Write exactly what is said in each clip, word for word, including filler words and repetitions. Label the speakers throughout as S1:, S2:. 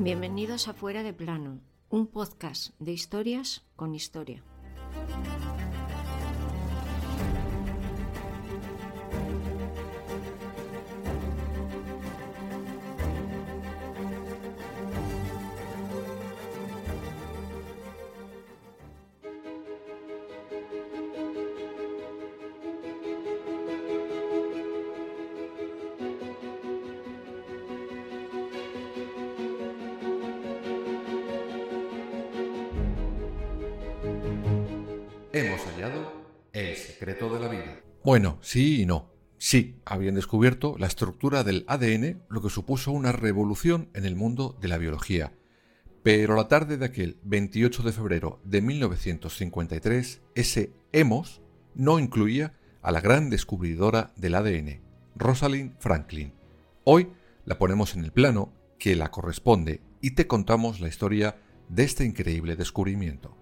S1: Bienvenidos a Fuera de Plano, un podcast de historias con historia.
S2: Hemos hallado el secreto de la vida. Bueno, sí y no. Sí, habían descubierto la estructura del A D N, lo que supuso una revolución en el mundo de la biología. Pero la tarde de aquel veintiocho de febrero de mil novecientos cincuenta y tres, ese hemos no incluía a la gran descubridora del A D N, Rosalind Franklin. Hoy la ponemos en el plano que la corresponde y te contamos la historia de este increíble descubrimiento.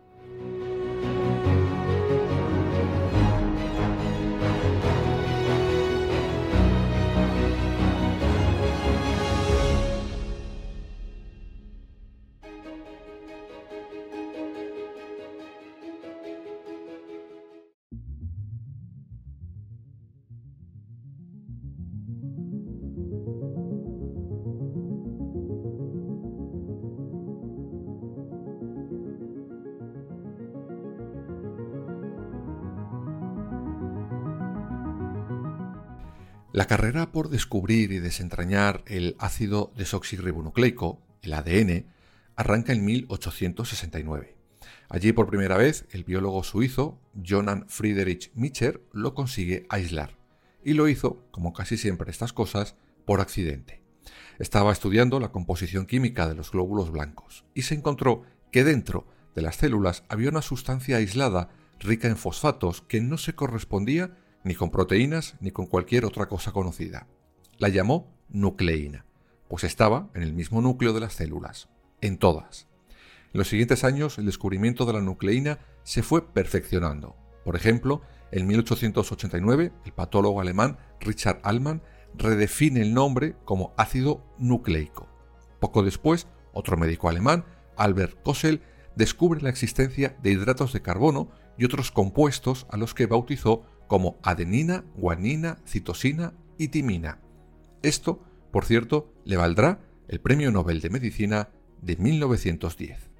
S2: La carrera por descubrir y desentrañar el ácido desoxirribonucleico, el A D N, arranca en mil ochocientos sesenta y nueve. Allí por primera vez el biólogo suizo Johann Friedrich Miescher lo consigue aislar. Y lo hizo, como casi siempre estas cosas, por accidente. Estaba estudiando la composición química de los glóbulos blancos y se encontró que dentro de las células había una sustancia aislada rica en fosfatos que no se correspondía ni con proteínas ni con cualquier otra cosa conocida. La llamó nucleína, pues estaba en el mismo núcleo de las células, en todas. En los siguientes años el descubrimiento de la nucleína se fue perfeccionando. Por ejemplo, en mil ochocientos ochenta y nueve el patólogo alemán Richard Allman redefine el nombre como ácido nucleico. Poco después, otro médico alemán, Albert Kossel, descubre la existencia de hidratos de carbono y otros compuestos a los que bautizó como adenina, guanina, citosina y timina. Esto, por cierto, le valdrá el Premio Nobel de Medicina de mil novecientos diez.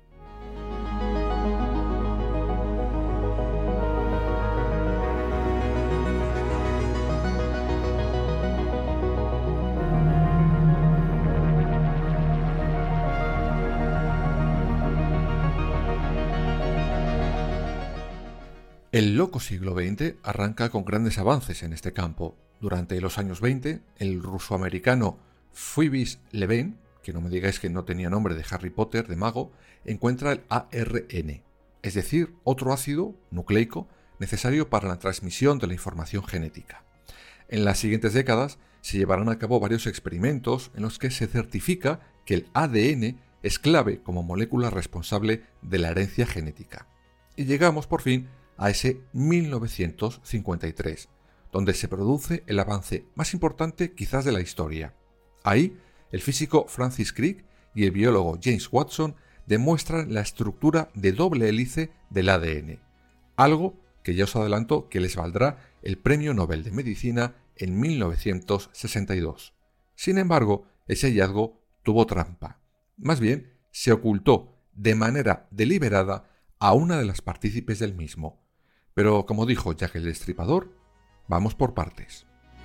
S2: El loco siglo veinte arranca con grandes avances en este campo. Durante los años veinte, el ruso-americano Phoebus Leven, que no me digáis que no tenía nombre de Harry Potter, de mago, encuentra el A R N, es decir, otro ácido nucleico necesario para la transmisión de la información genética. En las siguientes décadas se llevarán a cabo varios experimentos en los que se certifica que el A D N es clave como molécula responsable de la herencia genética. Y llegamos, por fin, a ese mil novecientos cincuenta y tres, donde se produce el avance más importante quizás de la historia. Ahí, el físico Francis Crick y el biólogo James Watson demuestran la estructura de doble hélice del A D N, algo que ya os adelanto que les valdrá el Premio Nobel de Medicina en mil novecientos sesenta y dos. Sin embargo, ese hallazgo tuvo trampa. Más bien, se ocultó de manera deliberada a una de las partícipes del mismo. Pero, como dijo Jack el Destripador, vamos por partes.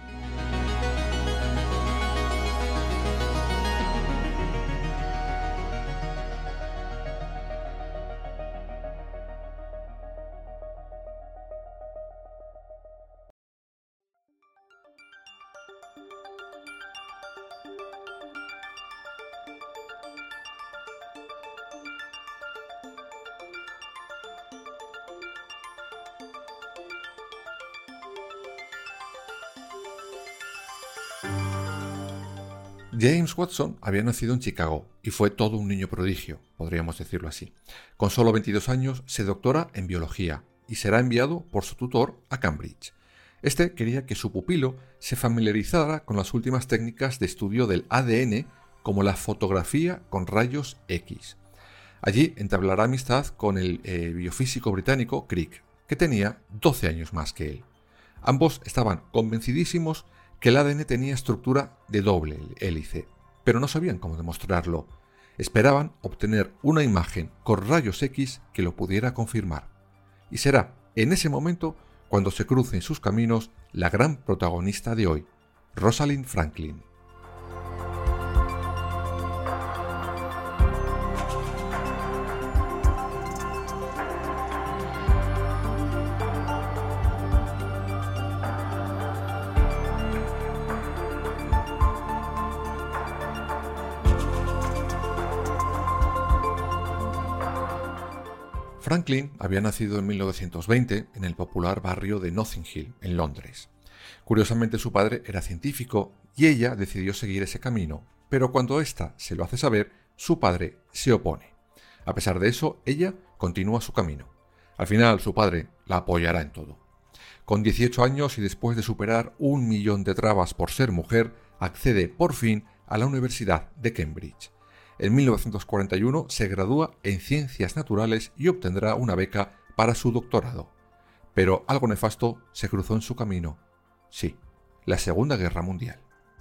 S2: James Watson había nacido en Chicago y fue todo un niño prodigio, podríamos decirlo así. Con solo veintidós años se doctora en biología y será enviado por su tutor a Cambridge. Este quería que su pupilo se familiarizara con las últimas técnicas de estudio del A D N como la fotografía con rayos X. Allí entablará amistad con el eh, biofísico británico Crick, que tenía doce años más que él. Ambos estaban convencidísimos que el A D N tenía estructura de doble hélice, pero no sabían cómo demostrarlo. Esperaban obtener una imagen con rayos X que lo pudiera confirmar. Y será en ese momento cuando se cruce en sus caminos la gran protagonista de hoy, Rosalind Franklin. Franklin había nacido en mil novecientos veinte en el popular barrio de Notting Hill, en Londres. Curiosamente, su padre era científico y ella decidió seguir ese camino, pero cuando ésta se lo hace saber, su padre se opone. A pesar de eso, ella continúa su camino. Al final, su padre la apoyará en todo. Con dieciocho años y después de superar un millón de trabas por ser mujer, accede por fin a la Universidad de Cambridge. En mil novecientos cuarenta y uno se gradúa en Ciencias Naturales y obtendrá una beca para su doctorado. Pero algo nefasto se cruzó en su camino. Sí, la Segunda Guerra Mundial.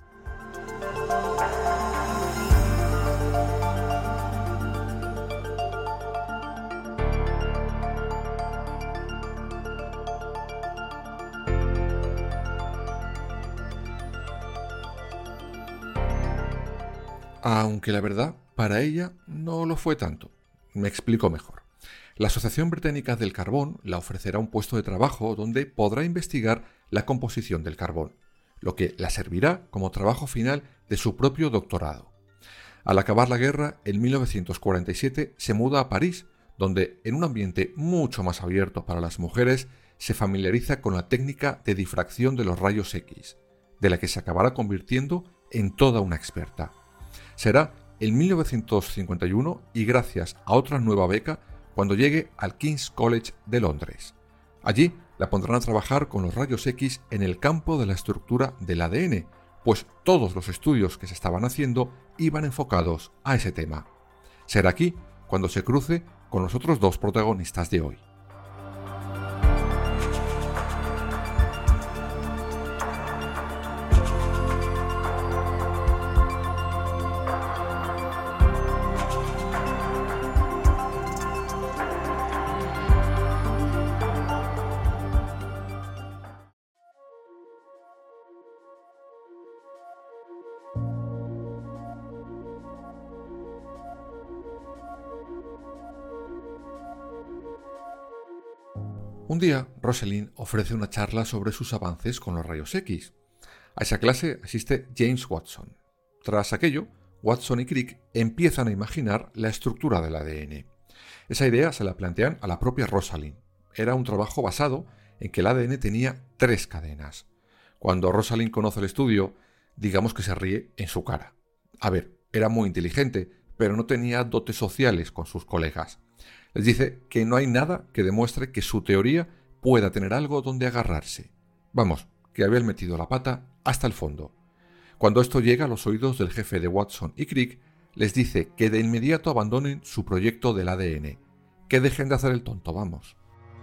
S2: Aunque la verdad, para ella no lo fue tanto. Me explico mejor. La Asociación Británica del Carbón la ofrecerá un puesto de trabajo donde podrá investigar la composición del carbón, lo que la servirá como trabajo final de su propio doctorado. Al acabar la guerra, en mil novecientos cuarenta y siete se muda a París, donde, en un ambiente mucho más abierto para las mujeres, se familiariza con la técnica de difracción de los rayos X, de la que se acabará convirtiendo en toda una experta. Será en mil novecientos cincuenta y uno y gracias a otra nueva beca cuando llegue al King's College de Londres. Allí la pondrán a trabajar con los rayos X en el campo de la estructura del A D N, pues todos los estudios que se estaban haciendo iban enfocados a ese tema. Será aquí cuando se cruce con los otros dos protagonistas de hoy. Un día, Rosalind ofrece una charla sobre sus avances con los rayos X. A esa clase asiste James Watson. Tras aquello, Watson y Crick empiezan a imaginar la estructura del A D N. Esa idea se la plantean a la propia Rosalind. Era un trabajo basado en que el A D N tenía tres cadenas. Cuando Rosalind conoce el estudio, digamos que se ríe en su cara. A ver, era muy inteligente, pero no tenía dotes sociales con sus colegas. Les dice que no hay nada que demuestre que su teoría pueda tener algo donde agarrarse. Vamos, que habían metido la pata hasta el fondo. Cuando esto llega a los oídos del jefe de Watson y Crick, les dice que de inmediato abandonen su proyecto del A D N, que dejen de hacer el tonto, vamos.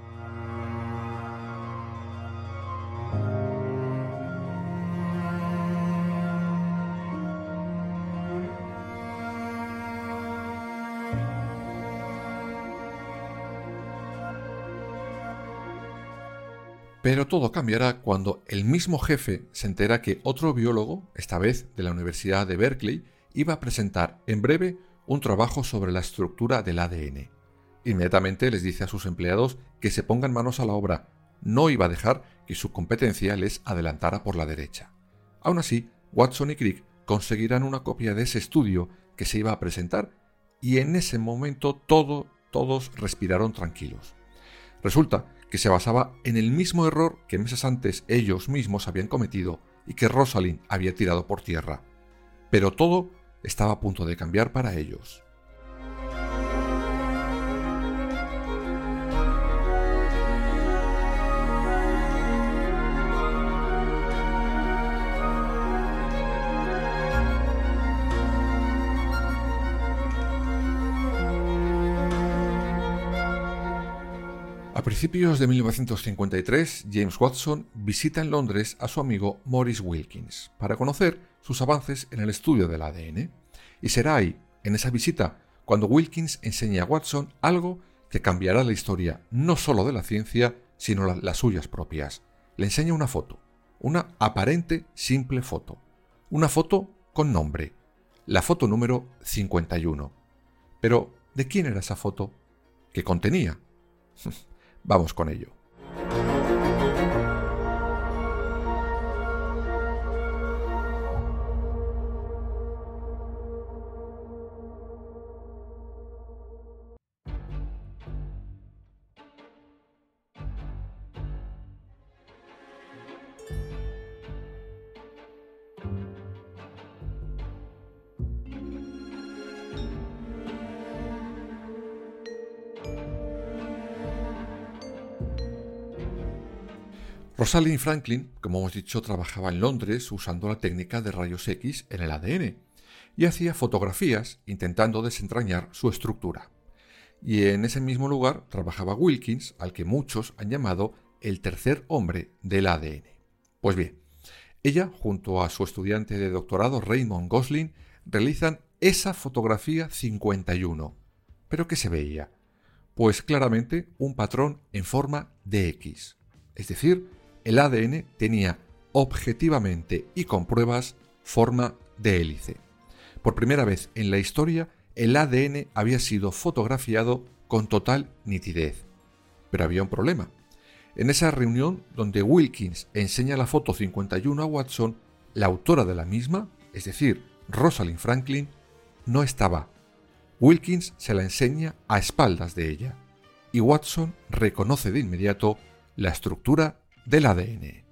S2: Pero todo cambiará cuando el mismo jefe se entera que otro biólogo, esta vez de la Universidad de Berkeley, iba a presentar en breve un trabajo sobre la estructura del A D N. Inmediatamente les dice a sus empleados que se pongan manos a la obra. No iba a dejar que su competencia les adelantara por la derecha. Aún así, Watson y Crick conseguirán una copia de ese estudio que se iba a presentar y en ese momento todo, todos respiraron tranquilos. Resulta que se basaba en el mismo error que meses antes ellos mismos habían cometido y que Rosalind había tirado por tierra. Pero todo estaba a punto de cambiar para ellos. A principios de mil novecientos cincuenta y tres, James Watson visita en Londres a su amigo Maurice Wilkins para conocer sus avances en el estudio del A D N. Y será ahí, en esa visita, cuando Wilkins enseña a Watson algo que cambiará la historia no solo de la ciencia, sino la, las suyas propias. Le enseña una foto, una aparente simple foto, una foto con nombre, la foto número cincuenta y uno. Pero, ¿de quién era esa foto? ¿Qué contenía? Vamos con ello. Rosalind Franklin, como hemos dicho, trabajaba en Londres usando la técnica de rayos X en el A D N y hacía fotografías intentando desentrañar su estructura. Y en ese mismo lugar trabajaba Wilkins, al que muchos han llamado el tercer hombre del A D N. Pues bien, ella, junto a su estudiante de doctorado Raymond Gosling, realizan esa fotografía cincuenta y uno. ¿Pero qué se veía? Pues claramente un patrón en forma de X, es decir, el A D N tenía objetivamente y con pruebas forma de hélice. Por primera vez en la historia, el A D N había sido fotografiado con total nitidez. Pero había un problema. En esa reunión donde Wilkins enseña la foto cincuenta y uno a Watson, la autora de la misma, es decir, Rosalind Franklin, no estaba. Wilkins se la enseña a espaldas de ella, y Watson reconoce de inmediato la estructura del A D N.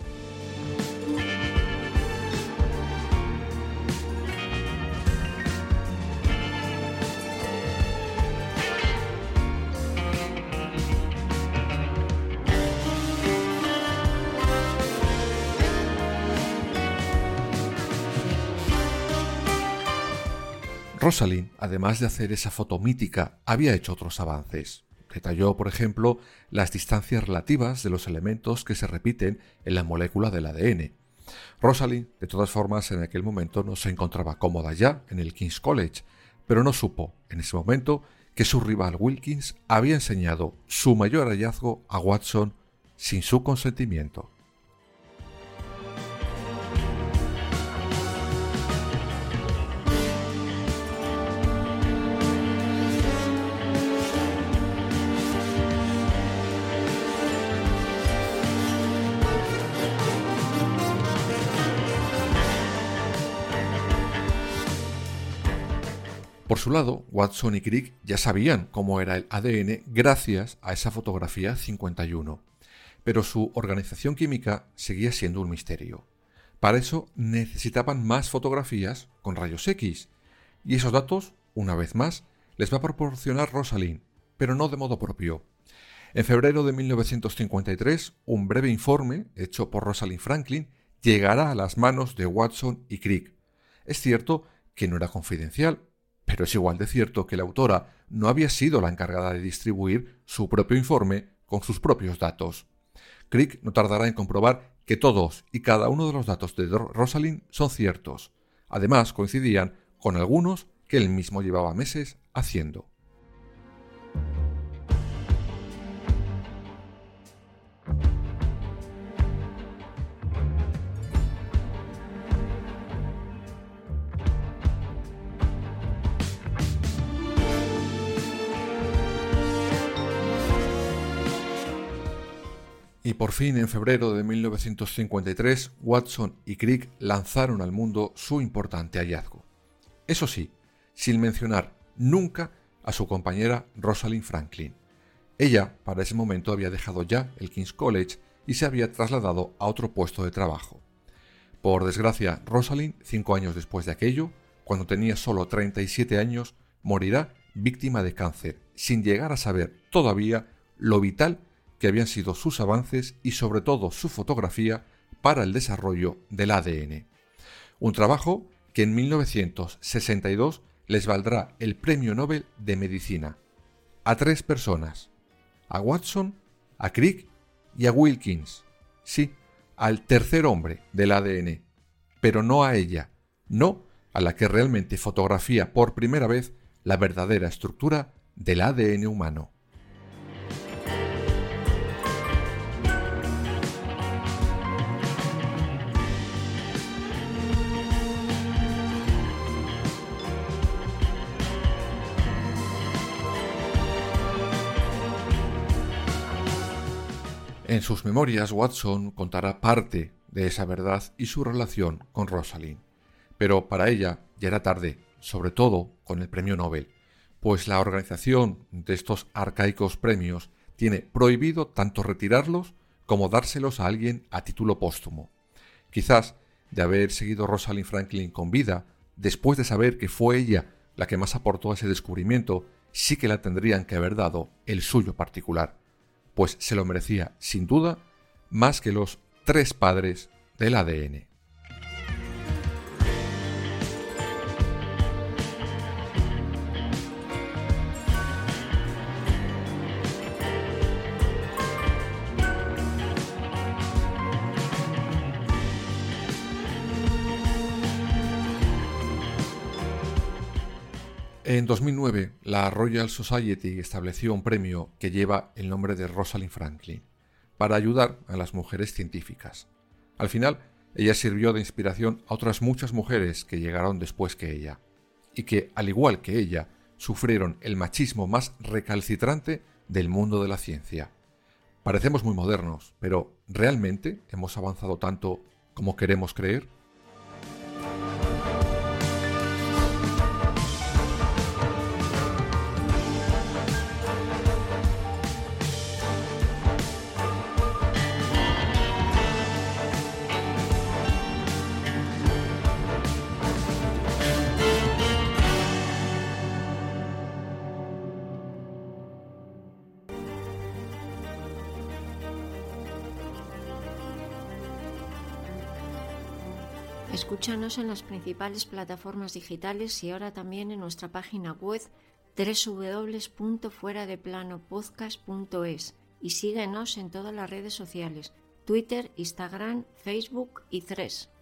S2: Rosalind, además de hacer esa foto mítica, había hecho otros avances. Detalló, por ejemplo, las distancias relativas de los elementos que se repiten en la molécula del A D N. Rosalind, de todas formas, en aquel momento no se encontraba cómoda ya en el King's College, pero no supo, en ese momento, que su rival Wilkins había enseñado su mayor hallazgo a Watson sin su consentimiento. Por su lado, Watson y Crick ya sabían cómo era el A D N gracias a esa fotografía cincuenta y uno, pero su organización química seguía siendo un misterio. Para eso necesitaban más fotografías con rayos X, y esos datos, una vez más, les va a proporcionar Rosalind, pero no de modo propio. En febrero de mil novecientos cincuenta y tres, un breve informe hecho por Rosalind Franklin llegará a las manos de Watson y Crick. Es cierto que no era confidencial, pero es igual de cierto que la autora no había sido la encargada de distribuir su propio informe con sus propios datos. Crick no tardará en comprobar que todos y cada uno de los datos de Rosalind son ciertos. Además, coincidían con algunos que él mismo llevaba meses haciendo. Y por fin, en febrero de mil novecientos cincuenta y tres, Watson y Crick lanzaron al mundo su importante hallazgo. Eso sí, sin mencionar nunca a su compañera Rosalind Franklin. Ella, para ese momento, había dejado ya el King's College y se había trasladado a otro puesto de trabajo. Por desgracia, Rosalind, cinco años después de aquello, cuando tenía solo treinta y siete años, morirá víctima de cáncer, sin llegar a saber todavía lo vital que habían sido sus avances y sobre todo su fotografía para el desarrollo del A D N. Un trabajo que en mil novecientos sesenta y dos les valdrá el Premio Nobel de Medicina a tres personas: a Watson, a Crick y a Wilkins. Sí, al tercer hombre del A D N, pero no a ella, no a la que realmente fotografía por primera vez la verdadera estructura del A D N humano. En sus memorias, Watson contará parte de esa verdad y su relación con Rosalind. Pero para ella ya era tarde, sobre todo con el premio Nobel, pues la organización de estos arcaicos premios tiene prohibido tanto retirarlos como dárselos a alguien a título póstumo. Quizás, de haber seguido Rosalind Franklin con vida, después de saber que fue ella la que más aportó a ese descubrimiento, sí que la tendrían que haber dado el suyo particular, pues se lo merecía, sin duda, más que los tres padres del A D N. En dos mil nueve, la Royal Society estableció un premio que lleva el nombre de Rosalind Franklin, para ayudar a las mujeres científicas. Al final, ella sirvió de inspiración a otras muchas mujeres que llegaron después que ella, y que, al igual que ella, sufrieron el machismo más recalcitrante del mundo de la ciencia. Parecemos muy modernos, pero ¿realmente hemos avanzado tanto como queremos creer?
S1: Escúchanos en las principales plataformas digitales y ahora también en nuestra página web doble u doble u doble u punto fuera de plano podcast punto es y síguenos en todas las redes sociales, Twitter, Instagram, Facebook y Threads.